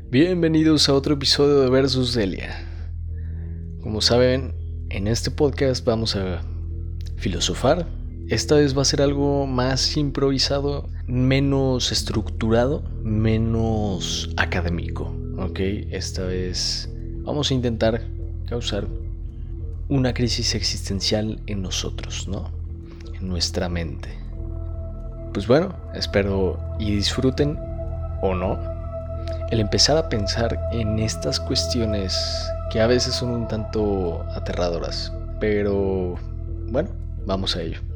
Bienvenidos a otro episodio de Versus Delia. Como saben, en este podcast vamos a filosofar. Esta vez va a ser algo más improvisado, menos estructurado, menos académico, ¿ok? Esta vez vamos a intentar causar una crisis existencial en nosotros, ¿no? En nuestra mente. Pues bueno, espero y disfruten o no el empezar a pensar en estas cuestiones que a veces son un tanto aterradoras, pero bueno, vamos a ello.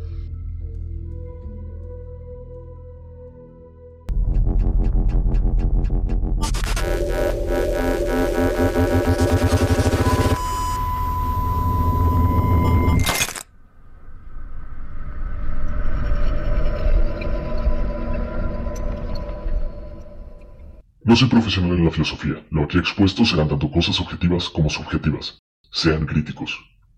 No soy profesional en la filosofía. Lo aquí expuesto serán tanto cosas objetivas como subjetivas. Sean críticos.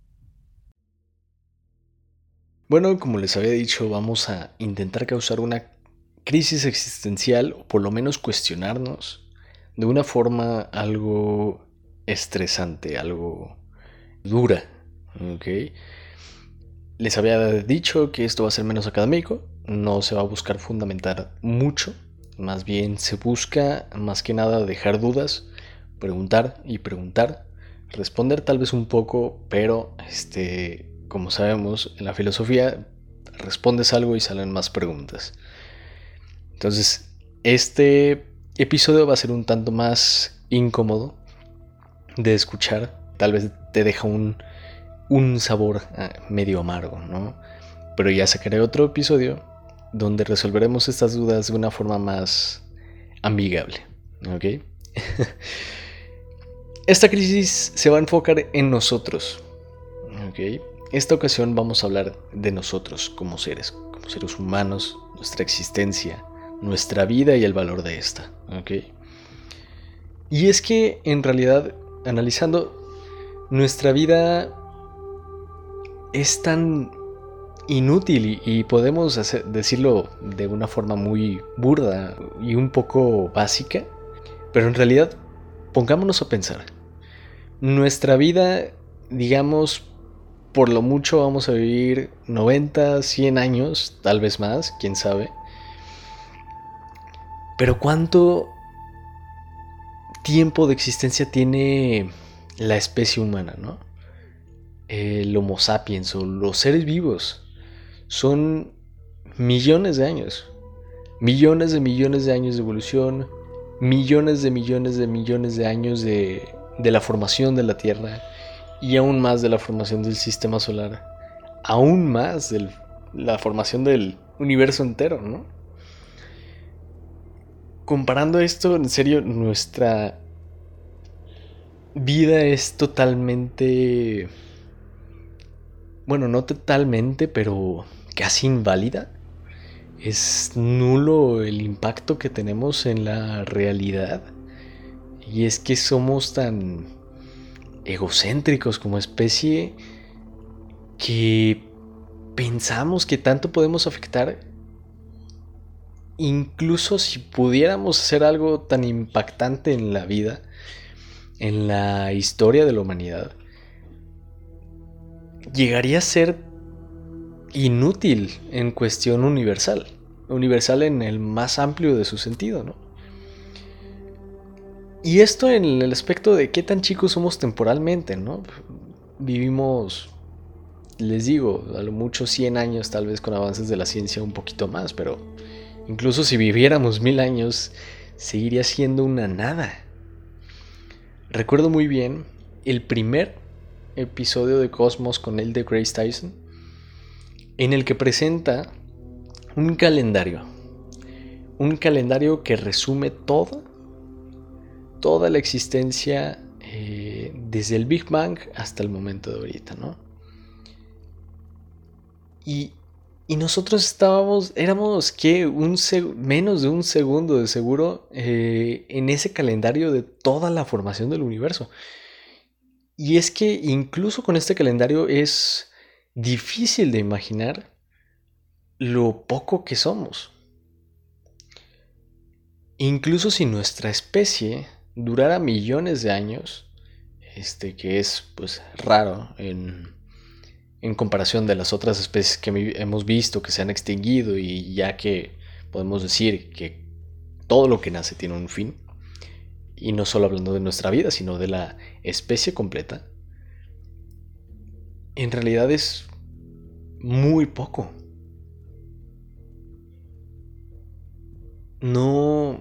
Bueno, como les había dicho, vamos a intentar causar una crisis existencial, o por lo menos cuestionarnos de una forma algo estresante, algo dura, ¿ok? Les había dicho que esto va a ser menos académico, no se va a buscar fundamentar mucho, más bien se busca más que nada dejar dudas, preguntar y preguntar, responder tal vez un poco, pero como sabemos en la filosofía respondes algo y salen más preguntas. Entonces, este episodio va a ser un tanto más incómodo de escuchar, tal vez te deja un sabor medio amargo, ¿no? Pero ya sacaré otro episodio donde resolveremos estas dudas de una forma más amigable, ¿ok? Esta crisis se va a enfocar en nosotros, ¿ok? Esta ocasión vamos a hablar de nosotros como seres humanos, nuestra existencia, nuestra vida y el valor de esta, ¿ok? Y es que en realidad, analizando, nuestra vida es tan inútil y podemos decirlo de una forma muy burda y un poco básica, pero en realidad pongámonos a pensar. Nuestra vida, digamos, por lo mucho vamos a vivir 90, 100 años, tal vez más, quién sabe. Pero ¿cuánto tiempo de existencia tiene la especie humana, no? El Homo sapiens o los seres vivos son millones de años. Millones de años de evolución, millones de años de la formación de la Tierra y aún más de la formación del sistema solar, aún más de la formación del universo entero, ¿no? Comparando esto, en serio, nuestra vida es totalmente, bueno, no totalmente, pero casi inválida. Es nulo el impacto que tenemos en la realidad. Y es que somos tan egocéntricos como especie que pensamos que tanto podemos afectar, incluso si pudiéramos hacer algo tan impactante en la vida, en la historia de la humanidad, llegaría a ser inútil en cuestión universal. Universal en el más amplio de su sentido, ¿no? Y esto en el aspecto de qué tan chicos somos temporalmente, ¿no? Vivimos, les digo, a lo mucho 100 años, tal vez con avances de la ciencia un poquito más, pero incluso si viviéramos 1000 años, seguiría siendo una nada. Recuerdo muy bien el primer episodio de Cosmos con Neil deGrasse Tyson, en el que presenta un calendario que resume toda la existencia desde el Big Bang hasta el momento de ahorita, ¿no? Y nosotros éramos ¿qué? Menos de un segundo de seguro en ese calendario de toda la formación del universo. Y es que incluso con este calendario es difícil de imaginar lo poco que somos. Incluso si nuestra especie durara millones de años, que es pues raro en comparación de las otras especies que hemos visto que se han extinguido, y ya que podemos decir que todo lo que nace tiene un fin, y no solo hablando de nuestra vida, sino de la especie completa, en realidad es muy poco. No...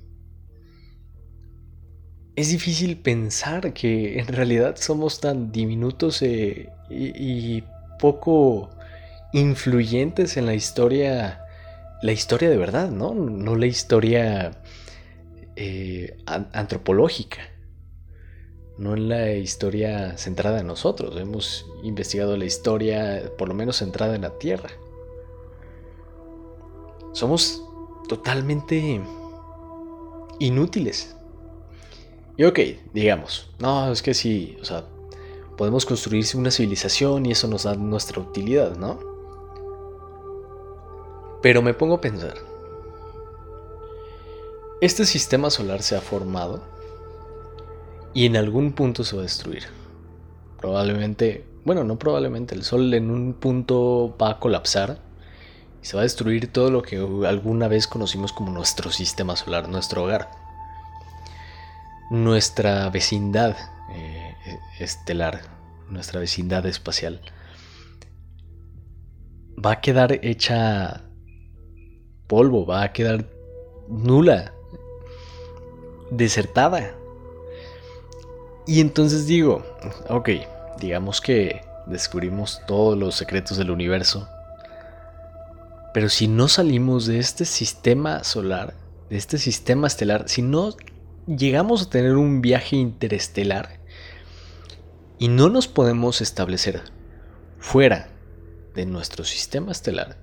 Es difícil pensar que en realidad somos tan diminutos y poco influyentes en la historia de verdad, ¿no? No la historia antropológica, no en la historia centrada en nosotros. Hemos investigado la historia, por lo menos centrada en la Tierra. Somos totalmente inútiles. Y ok, digamos, no, es que sí, o sea, podemos construirse una civilización y eso nos da nuestra utilidad, ¿no? Pero me pongo a pensar, este sistema solar se ha formado y en algún punto se va a destruir. Probablemente, bueno, no probablemente, el Sol en un punto va a colapsar y se va a destruir todo lo que alguna vez conocimos como nuestro sistema solar, nuestro hogar, nuestra vecindad estelar, nuestra vecindad espacial. Va a quedar hecha polvo, va a quedar nula, desertada. Y entonces digo, ok, digamos que descubrimos todos los secretos del universo, pero si no salimos de este sistema solar, de este sistema estelar, si no llegamos a tener un viaje interestelar y no nos podemos establecer fuera de nuestro sistema estelar,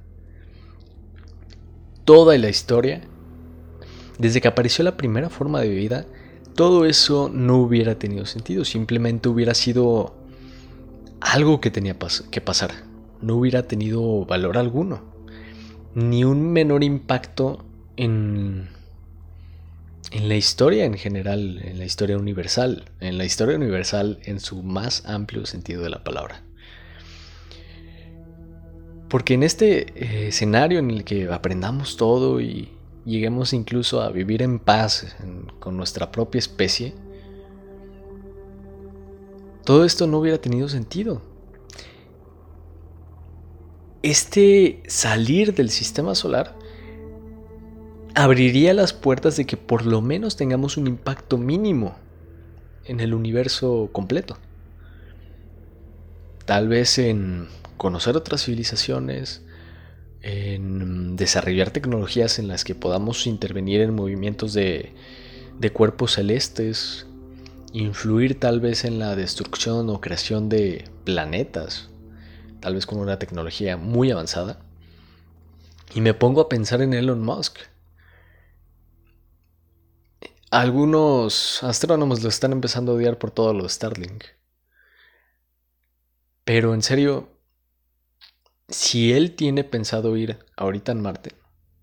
toda la historia, desde que apareció la primera forma de vida, todo eso no hubiera tenido sentido. Simplemente hubiera sido algo que tenía que pasar. No hubiera tenido valor alguno, ni un menor impacto en la historia en general, en la historia universal en su más amplio sentido de la palabra. Porque en este escenario en el que aprendamos todo y lleguemos incluso a vivir en paz con nuestra propia especie, todo esto no hubiera tenido sentido. Este salir del sistema solar abriría las puertas de que por lo menos tengamos un impacto mínimo en el universo completo. Tal vez en conocer otras civilizaciones, en desarrollar tecnologías en las que podamos intervenir en movimientos de cuerpos celestes, influir tal vez en la destrucción o creación de planetas, tal vez con una tecnología muy avanzada. Y me pongo a pensar en Elon Musk. Algunos astrónomos lo están empezando a odiar por todo lo de Starlink. Pero en serio, si él tiene pensado ir ahorita en Marte,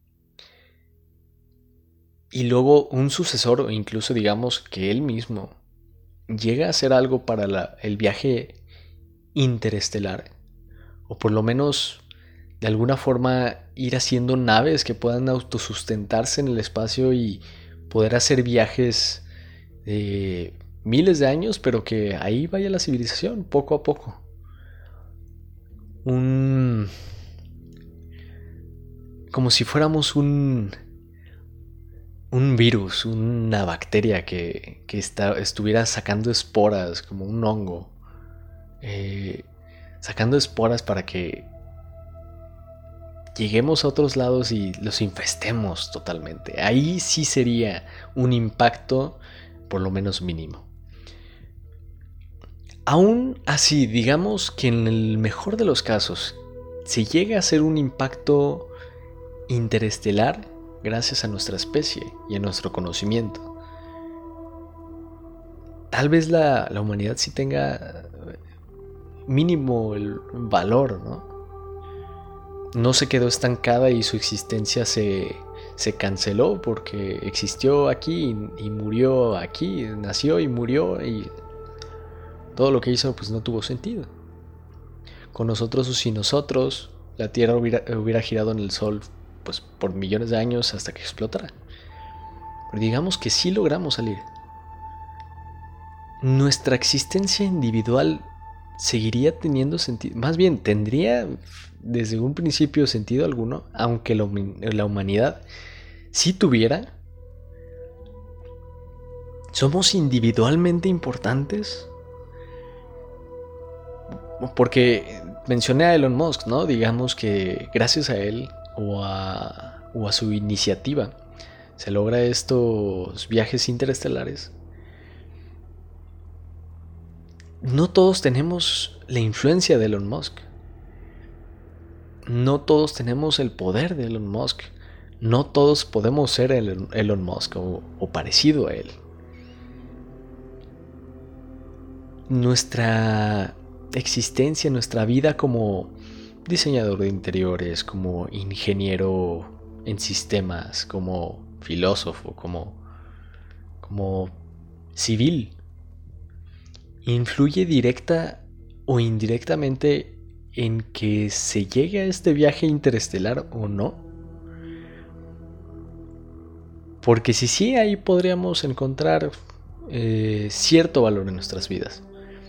y luego un sucesor, o incluso digamos que él mismo llega a hacer algo para el viaje interestelar, o por lo menos de alguna forma ir haciendo naves que puedan autosustentarse en el espacio y poder hacer viajes de miles de años, pero que ahí vaya la civilización poco a poco. Como si fuéramos un virus, una bacteria que estuviera sacando esporas, como un hongo, sacando esporas para que lleguemos a otros lados y los infestemos totalmente. Ahí sí sería un impacto por lo menos mínimo. Aún así, digamos que en el mejor de los casos se llega a hacer un impacto interestelar gracias a nuestra especie y a nuestro conocimiento. Tal vez la humanidad sí tenga mínimo el valor, ¿no?, no se quedó estancada y su existencia se canceló porque existió aquí y murió aquí, nació y murió, y todo lo que hizo pues no tuvo sentido. Con nosotros o sin nosotros, la Tierra hubiera girado en el Sol pues por millones de años hasta que explotara. Pero digamos que sí logramos salir. Nuestra existencia individual seguiría teniendo sentido, más bien tendría desde un principio sentido alguno, aunque la humanidad sí tuviera. ¿Somos individualmente importantes? Porque mencioné a Elon Musk, ¿no? Digamos que gracias a él o a su iniciativa se logra estos viajes interestelares. No todos tenemos la influencia de Elon Musk. No todos tenemos el poder de Elon Musk. No todos podemos ser Elon Musk o parecido a él. Nuestra existencia, nuestra vida como diseñador de interiores, como ingeniero en sistemas, como filósofo, como civil, influye directa o indirectamente en que se llegue a este viaje interestelar o no. Porque si sí, ahí podríamos encontrar cierto valor en nuestras vidas.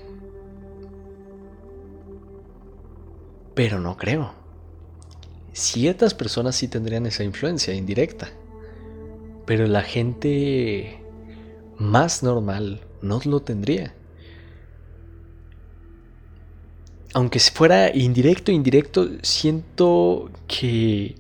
Pero no creo. Ciertas personas sí tendrían esa influencia indirecta, pero la gente más normal no lo tendría. Aunque fuera indirecto, siento que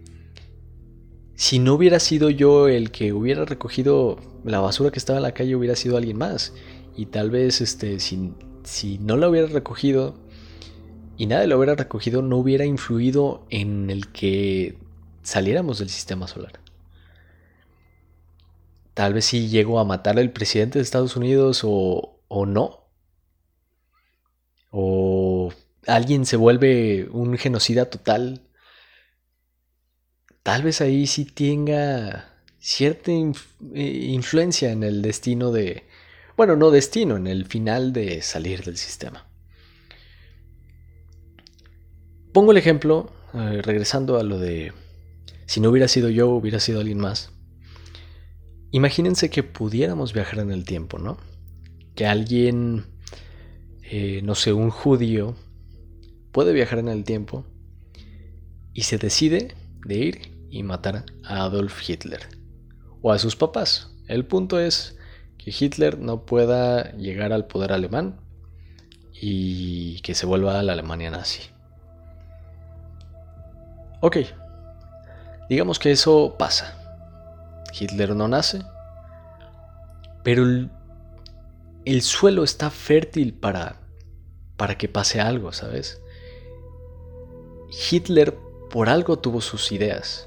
si no hubiera sido yo el que hubiera recogido la basura que estaba en la calle, hubiera sido alguien más. Y tal vez si no la hubiera recogido y nadie lo hubiera recogido, no hubiera influido en el que saliéramos del sistema solar. Tal vez sí llegó a matar al presidente de Estados Unidos o no. O alguien se vuelve un genocida total. Tal vez ahí sí tenga cierta influencia en el destino de... Bueno, no destino, en el final de salir del sistema. Pongo el ejemplo, regresando a lo de si no hubiera sido yo, hubiera sido alguien más. Imagínense que pudiéramos viajar en el tiempo, ¿no? Que alguien, no sé, un judío, puede viajar en el tiempo y se decide de ir y matar a Adolf Hitler o a sus papás. El punto es que Hitler no pueda llegar al poder alemán y que se vuelva a la Alemania nazi. Ok, digamos que eso pasa. Hitler no nace, pero el suelo está fértil para que pase algo, ¿sabes? Hitler por algo tuvo sus ideas.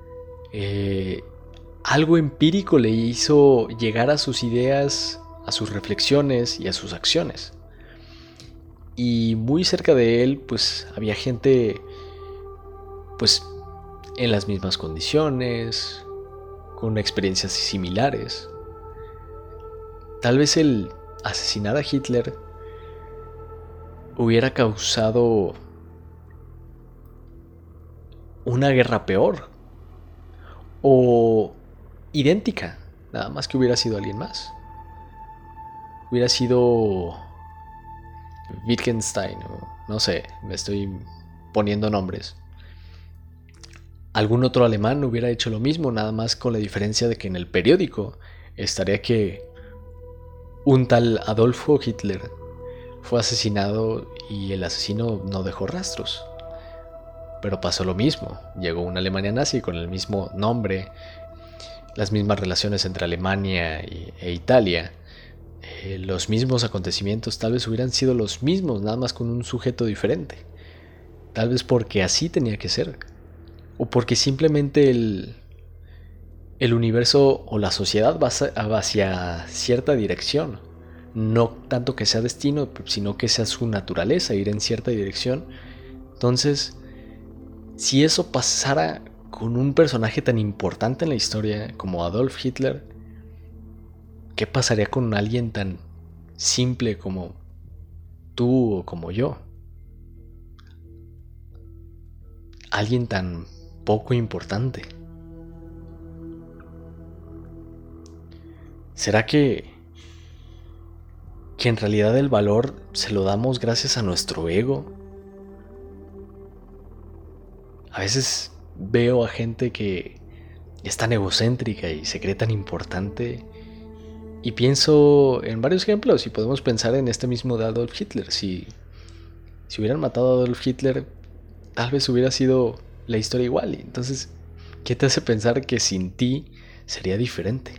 Algo empírico le hizo llegar a sus ideas, a sus reflexiones y a sus acciones. Y muy cerca de él, pues había gente, pues en las mismas condiciones, con experiencias similares. Tal vez el asesinar a Hitler hubiera causado una guerra peor o idéntica, nada más que hubiera sido alguien más. Hubiera sido Wittgenstein, o no sé, me estoy poniendo nombres. Algún otro alemán hubiera hecho lo mismo, nada más con la diferencia de que en el periódico estaría que un tal Adolfo Hitler fue asesinado y el asesino no dejó rastros. Pero pasó lo mismo, llegó una Alemania nazi con el mismo nombre, las mismas relaciones entre Alemania e Italia, los mismos acontecimientos tal vez hubieran sido los mismos, nada más con un sujeto diferente. Tal vez porque así tenía que ser, o porque simplemente el universo o la sociedad va hacia cierta dirección. No tanto que sea destino, sino que sea su naturaleza ir en cierta dirección. Entonces, Si eso pasara con un personaje tan importante en la historia como Adolf Hitler, ¿qué pasaría con alguien tan simple como tú o como yo? Alguien tan poco importante. ¿Será que en realidad el valor se lo damos gracias a nuestro ego? A veces veo a gente que es tan egocéntrica y se cree tan importante, y pienso en varios ejemplos, y podemos pensar en este mismo de Adolf Hitler. Si hubieran matado a Adolf Hitler, tal vez hubiera sido la historia igual. Y entonces, ¿qué te hace pensar que sin ti sería diferente?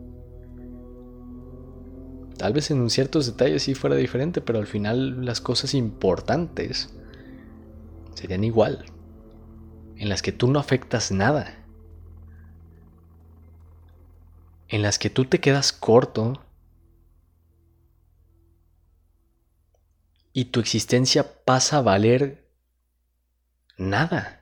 Tal vez en ciertos detalles sí fuera diferente, pero al final las cosas importantes serían igual, en las que tú no afectas nada, en las que tú te quedas corto y tu existencia pasa a valer nada.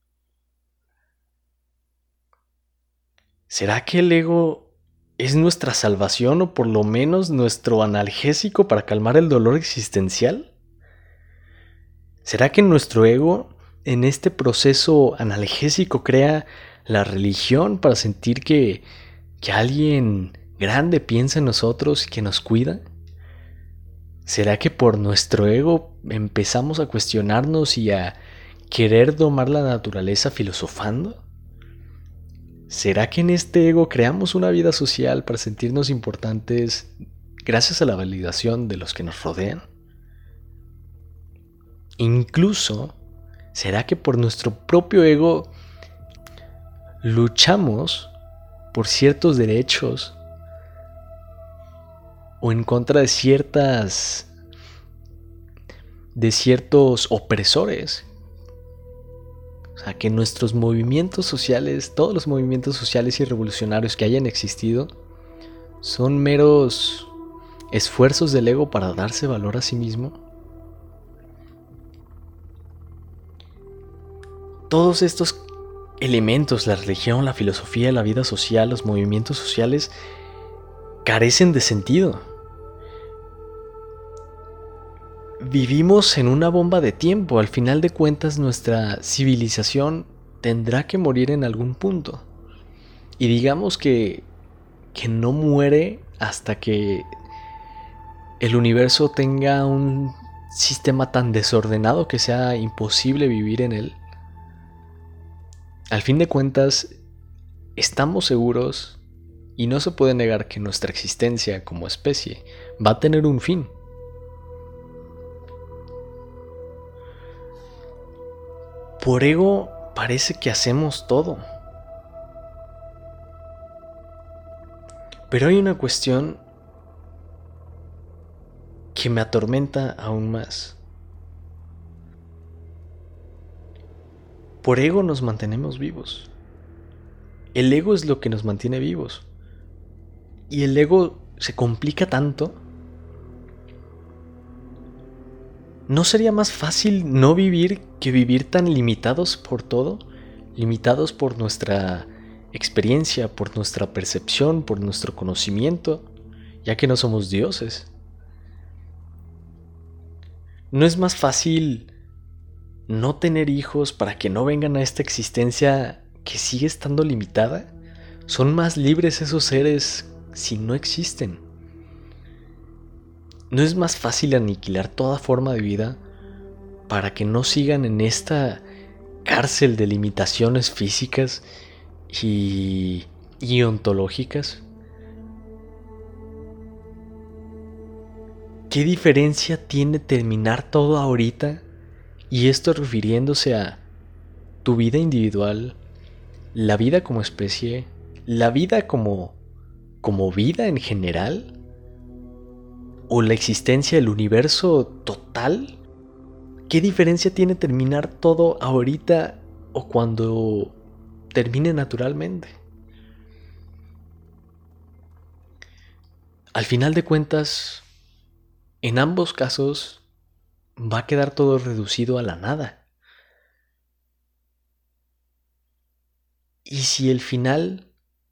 ¿Será que el ego es nuestra salvación, o por lo menos nuestro analgésico para calmar el dolor existencial? ¿Será que nuestro ego en este proceso analgésico crea la religión para sentir que alguien grande piensa en nosotros y que nos cuida? ¿Será que por nuestro ego empezamos a cuestionarnos y a querer domar la naturaleza filosofando? ¿Será que en este ego creamos una vida social para sentirnos importantes gracias a la validación de los que nos rodean? Incluso, ¿será que por nuestro propio ego luchamos por ciertos derechos o en contra de ciertos opresores? O sea, que nuestros movimientos sociales, todos los movimientos sociales y revolucionarios que hayan existido, son meros esfuerzos del ego para darse valor a sí mismo. Todos estos elementos, la religión, la filosofía, la vida social, los movimientos sociales, carecen de sentido. Vivimos en una bomba de tiempo. Al final de cuentas, nuestra civilización tendrá que morir en algún punto. Y digamos que no muere hasta que el universo tenga un sistema tan desordenado que sea imposible vivir en él. Al fin de cuentas, estamos seguros y no se puede negar que nuestra existencia como especie va a tener un fin. Por ego parece que hacemos todo. Pero hay una cuestión que me atormenta aún más. Por ego nos mantenemos vivos. El ego es lo que nos mantiene vivos. Y el ego se complica tanto. ¿No sería más fácil no vivir que vivir tan limitados por todo? Limitados por nuestra experiencia, por nuestra percepción, por nuestro conocimiento, ya que no somos dioses. ¿No es más fácil no tener hijos para que no vengan a esta existencia que sigue estando limitada? Son más libres esos seres si no existen. ¿No es más fácil aniquilar toda forma de vida para que no sigan en esta cárcel de limitaciones físicas y ontológicas? ¿Qué diferencia tiene terminar todo ahorita? Y esto refiriéndose a tu vida individual, la vida como especie, la vida como vida en general, o la existencia del universo total. ¿Qué diferencia tiene terminar todo ahorita o cuando termine naturalmente? Al final de cuentas, en ambos casos, va a quedar todo reducido a la nada. Y si el final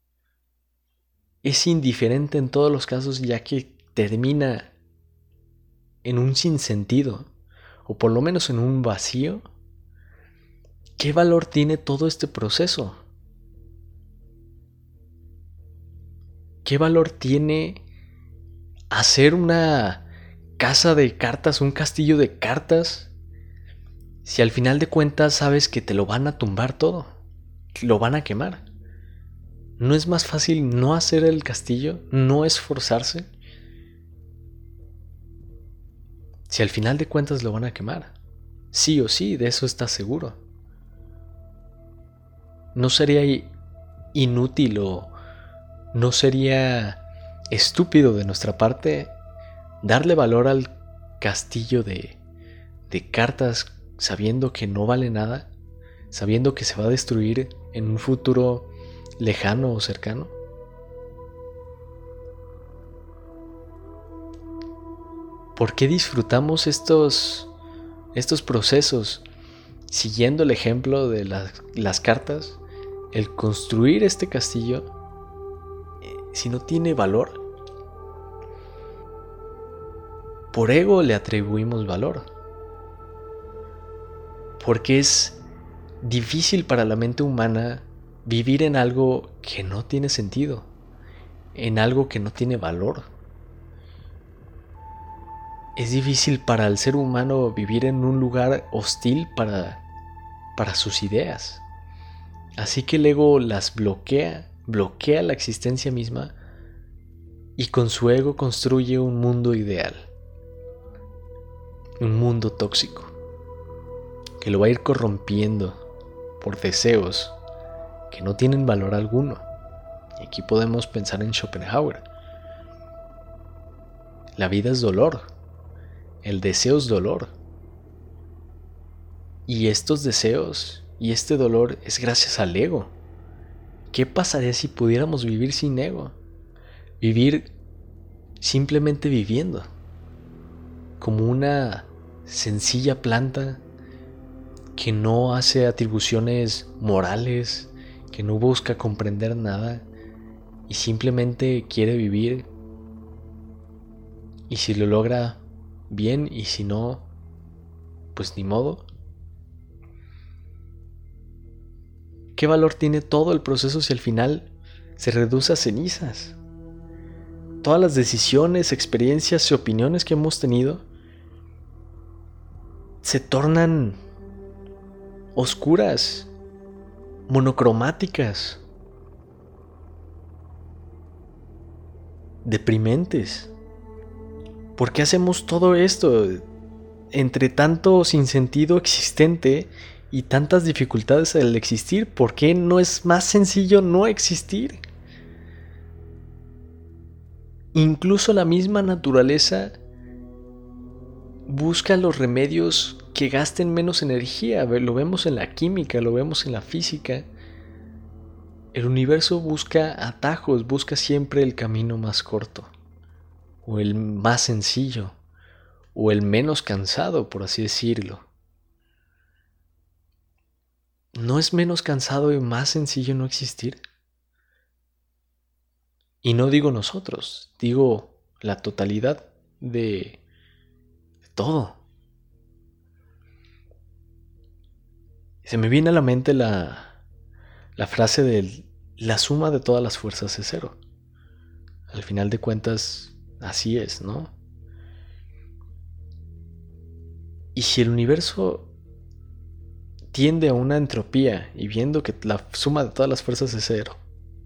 es indiferente en todos los casos, ya que termina en un sinsentido, o por lo menos en un vacío, ¿qué valor tiene todo este proceso? ¿Qué valor tiene hacer una casa de cartas, un castillo de cartas, si al final de cuentas sabes que te lo van a tumbar todo, lo van a quemar? ¿No es más fácil no hacer el castillo, no esforzarse? Si al final de cuentas lo van a quemar, sí o sí, de eso estás seguro. ¿No sería inútil o no sería estúpido de nuestra parte darle valor al castillo de cartas sabiendo que no vale nada, sabiendo que se va a destruir en un futuro lejano o cercano? ¿Por qué disfrutamos estos procesos siguiendo el ejemplo de las cartas? El construir este castillo, si no tiene valor, por ego le atribuimos valor. Porque es difícil para la mente humana vivir en algo que no tiene sentido, en algo que no tiene valor. Es difícil para el ser humano vivir en un lugar hostil para sus ideas. Así que el ego las bloquea la existencia misma y con su ego construye un mundo ideal, un mundo tóxico, que lo va a ir corrompiendo por deseos que no tienen valor alguno. Y aquí podemos pensar en Schopenhauer. La vida es dolor, el deseo es dolor. Y estos deseos y este dolor es gracias al ego. ¿Qué pasaría si pudiéramos vivir sin ego? Vivir simplemente viviendo, como una sencilla planta que no hace atribuciones morales, que no busca comprender nada y simplemente quiere vivir, y si lo logra, bien, y si no, pues ni modo. ¿Qué valor tiene todo el proceso si al final se reduce a cenizas? Todas las decisiones, experiencias y opiniones que hemos tenido se tornan oscuras, monocromáticas, deprimentes. ¿Por qué hacemos todo esto entre tanto sinsentido existente y tantas dificultades al existir? ¿Por qué no es más sencillo no existir? Incluso la misma naturaleza busca los remedios que gasten menos energía. Lo vemos en la química, lo vemos en la física. El universo busca atajos, busca siempre el camino más corto, o el más sencillo, o el menos cansado, por así decirlo. ¿No es menos cansado y más sencillo no existir? Y no digo nosotros, digo la totalidad de todo. Se me viene a la mente la frase de la suma de todas las fuerzas es cero. Al final de cuentas, así es, ¿no? Y si el universo tiende a una entropía y viendo que la suma de todas las fuerzas es cero,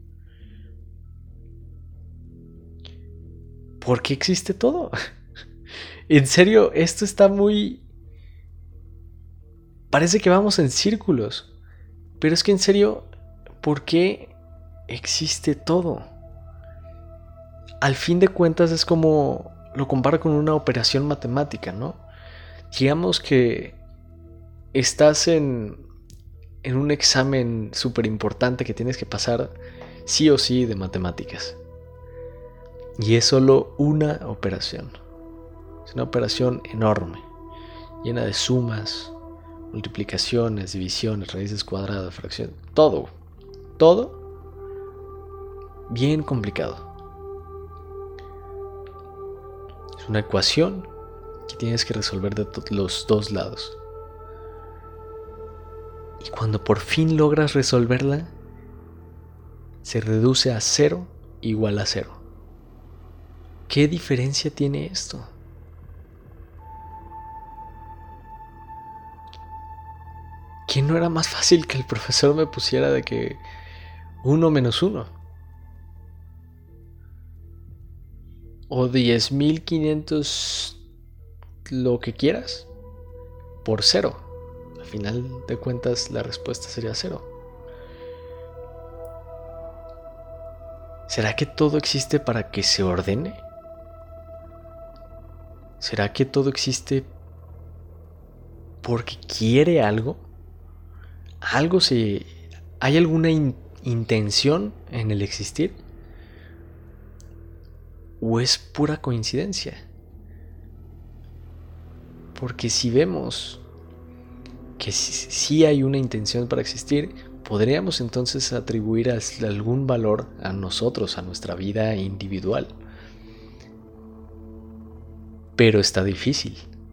¿por qué existe todo? En serio, esto está muy... Parece que vamos en círculos, pero es que en serio, ¿por qué existe todo? Al fin de cuentas es como... Lo comparo con una operación matemática, ¿no? Digamos que estás en un examen súper importante que tienes que pasar sí o sí de matemáticas. Y es solo una operación. Es una operación enorme, llena de sumas, multiplicaciones, divisiones, raíces cuadradas, fracciones, todo. todo bien complicado. Es una ecuación que tienes que resolver de los dos lados. Y cuando por fin logras resolverla, se reduce a 0 igual a 0. ¿Qué diferencia tiene esto? ¿Que no era más fácil que el profesor me pusiera de que 1 menos 1? O 10.500 lo que quieras por 0. Al final de cuentas la respuesta sería 0. ¿Será que todo existe para que se ordene? ¿Será que todo existe porque quiere algo? ¿Hay alguna intención en el existir? ¿O es pura coincidencia? Porque si vemos que sí hay una intención para existir, podríamos entonces atribuir algún valor a nosotros, a nuestra vida individual. Pero está difícil.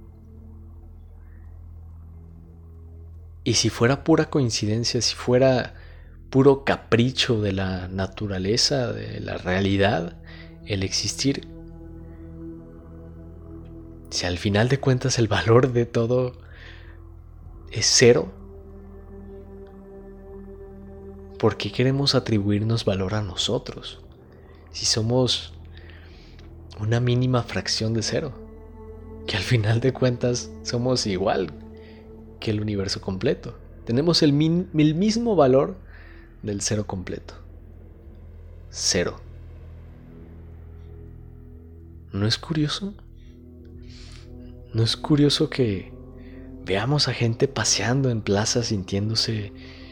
Y si fuera pura coincidencia, si fuera puro capricho de la naturaleza, de la realidad, el existir, si al final de cuentas el valor de todo es 0, ¿por qué queremos atribuirnos valor a nosotros? Si somos una mínima fracción de 0, que al final de cuentas somos igual que el universo completo. Tenemos el mismo valor del 0 completo. 0. ¿No es curioso? ¿No es curioso que veamos a gente paseando en plazas sintiéndose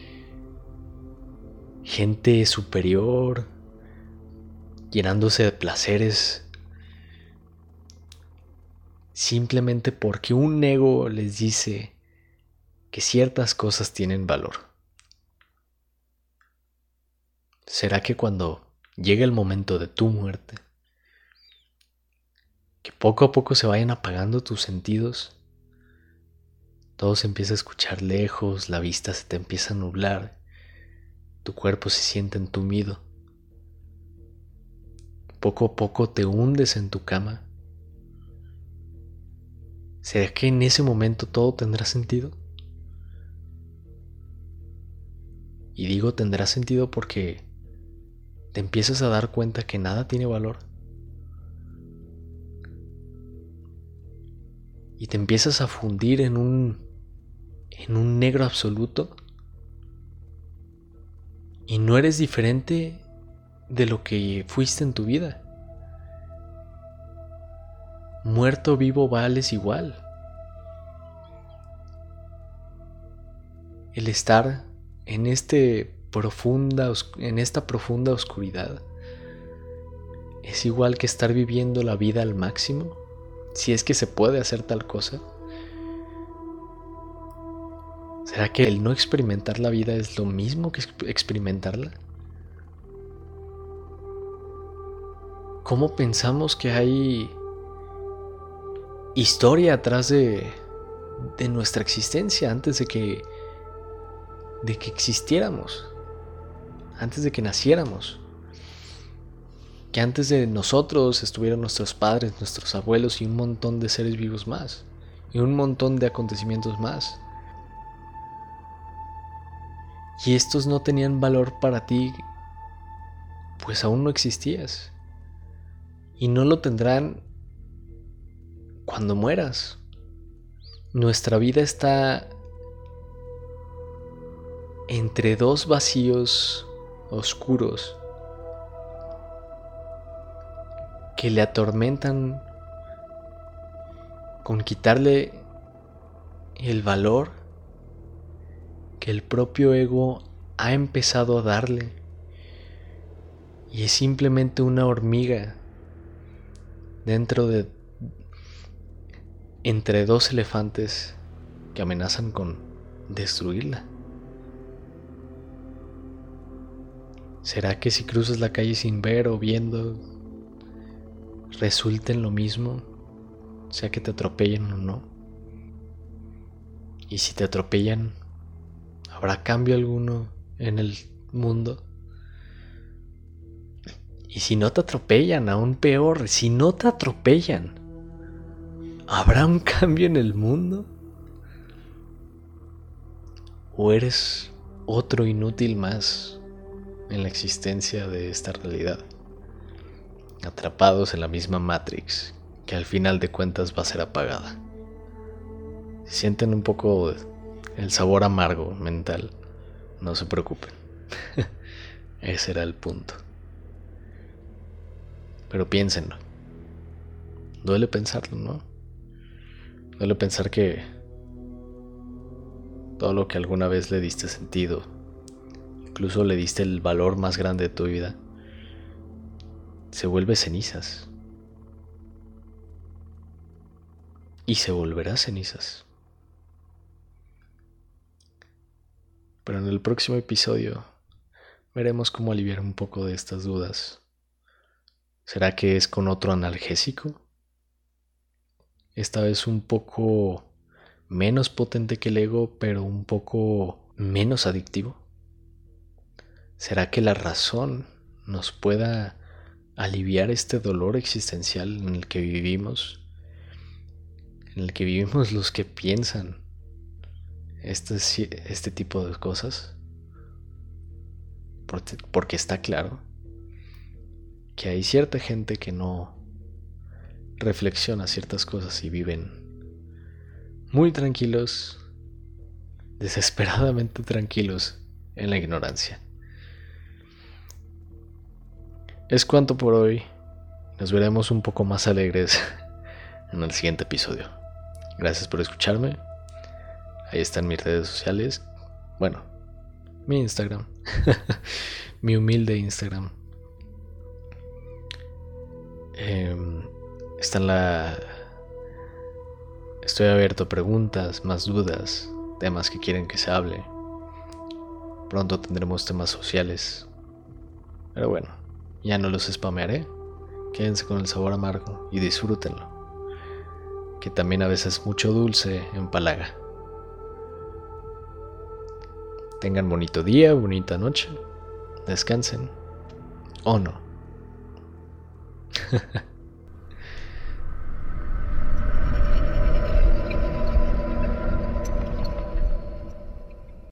gente superior, llenándose de placeres, simplemente porque un ego les dice que ciertas cosas tienen valor? ¿Será que cuando llegue el momento de tu muerte, que poco a poco se vayan apagando tus sentidos, todo se empieza a escuchar lejos, la vista se te empieza a nublar, tu cuerpo se siente entumido, poco a poco te hundes en tu cama? ¿Será que en ese momento todo tendrá sentido? Y digo tendrá sentido porque te empiezas a dar cuenta que nada tiene valor. Y te empiezas a fundir en un negro absoluto. Y no eres diferente de lo que fuiste en tu vida. Muerto o vivo vales igual. El estar en esta profunda oscuridad es igual que estar viviendo la vida al máximo, si es que se puede hacer tal cosa. ¿Será que el no experimentar la vida es lo mismo que experimentarla? ¿Cómo pensamos que hay historia atrás de nuestra existencia antes de que existiéramos, antes de que naciéramos? Que antes de nosotros estuvieran nuestros padres, nuestros abuelos y un montón de seres vivos más, y un montón de acontecimientos más. Y estos no tenían valor para ti, pues aún no existías. Y no lo tendrán cuando mueras. Nuestra vida está entre dos vacíos oscuros que le atormentan con quitarle el valor que el propio ego ha empezado a darle, y es simplemente una hormiga dentro de entre dos elefantes que amenazan con destruirla. ¿Será que si cruzas la calle sin ver o viendo, resulta en lo mismo, sea que te atropellen o no? Y si te atropellan, ¿habrá cambio alguno en el mundo? Y si no te atropellan, aún peor, si no te atropellan, ¿habrá un cambio en el mundo? ¿O eres otro inútil más en la existencia de esta realidad? Atrapados en la misma Matrix, que al final de cuentas va a ser apagada. Si sienten un poco el sabor amargo mental, no se preocupen. Ese era el punto. Pero piénsenlo. Duele pensarlo, ¿no? Duele pensar que todo lo que alguna vez le diste sentido, incluso le diste el valor más grande de tu vida, se vuelve cenizas. Y se volverá cenizas. Pero en el próximo episodio veremos cómo aliviar un poco de estas dudas. ¿Será que es con otro analgésico? Esta vez un poco menos potente que el ego, pero un poco menos adictivo. ¿Será que la razón nos pueda aliviar este dolor existencial en el que vivimos? En el que vivimos los que piensan este tipo de cosas. Porque está claro que hay cierta gente que no reflexiona ciertas cosas y viven muy tranquilos, desesperadamente tranquilos en la ignorancia. Es cuanto por hoy. Nos veremos un poco más alegres en el siguiente episodio. Gracias por escucharme. Ahí están mis redes sociales. Bueno, mi Instagram. Mi humilde Instagram. Estoy abierto a preguntas, más dudas, temas que quieren que se hable. Pronto tendremos temas sociales. Pero bueno, ya no los spamearé. Quédense con el sabor amargo y disfrútenlo. Que también a veces mucho dulce empalaga. Tengan bonito día, bonita noche. Descansen. ¿O no?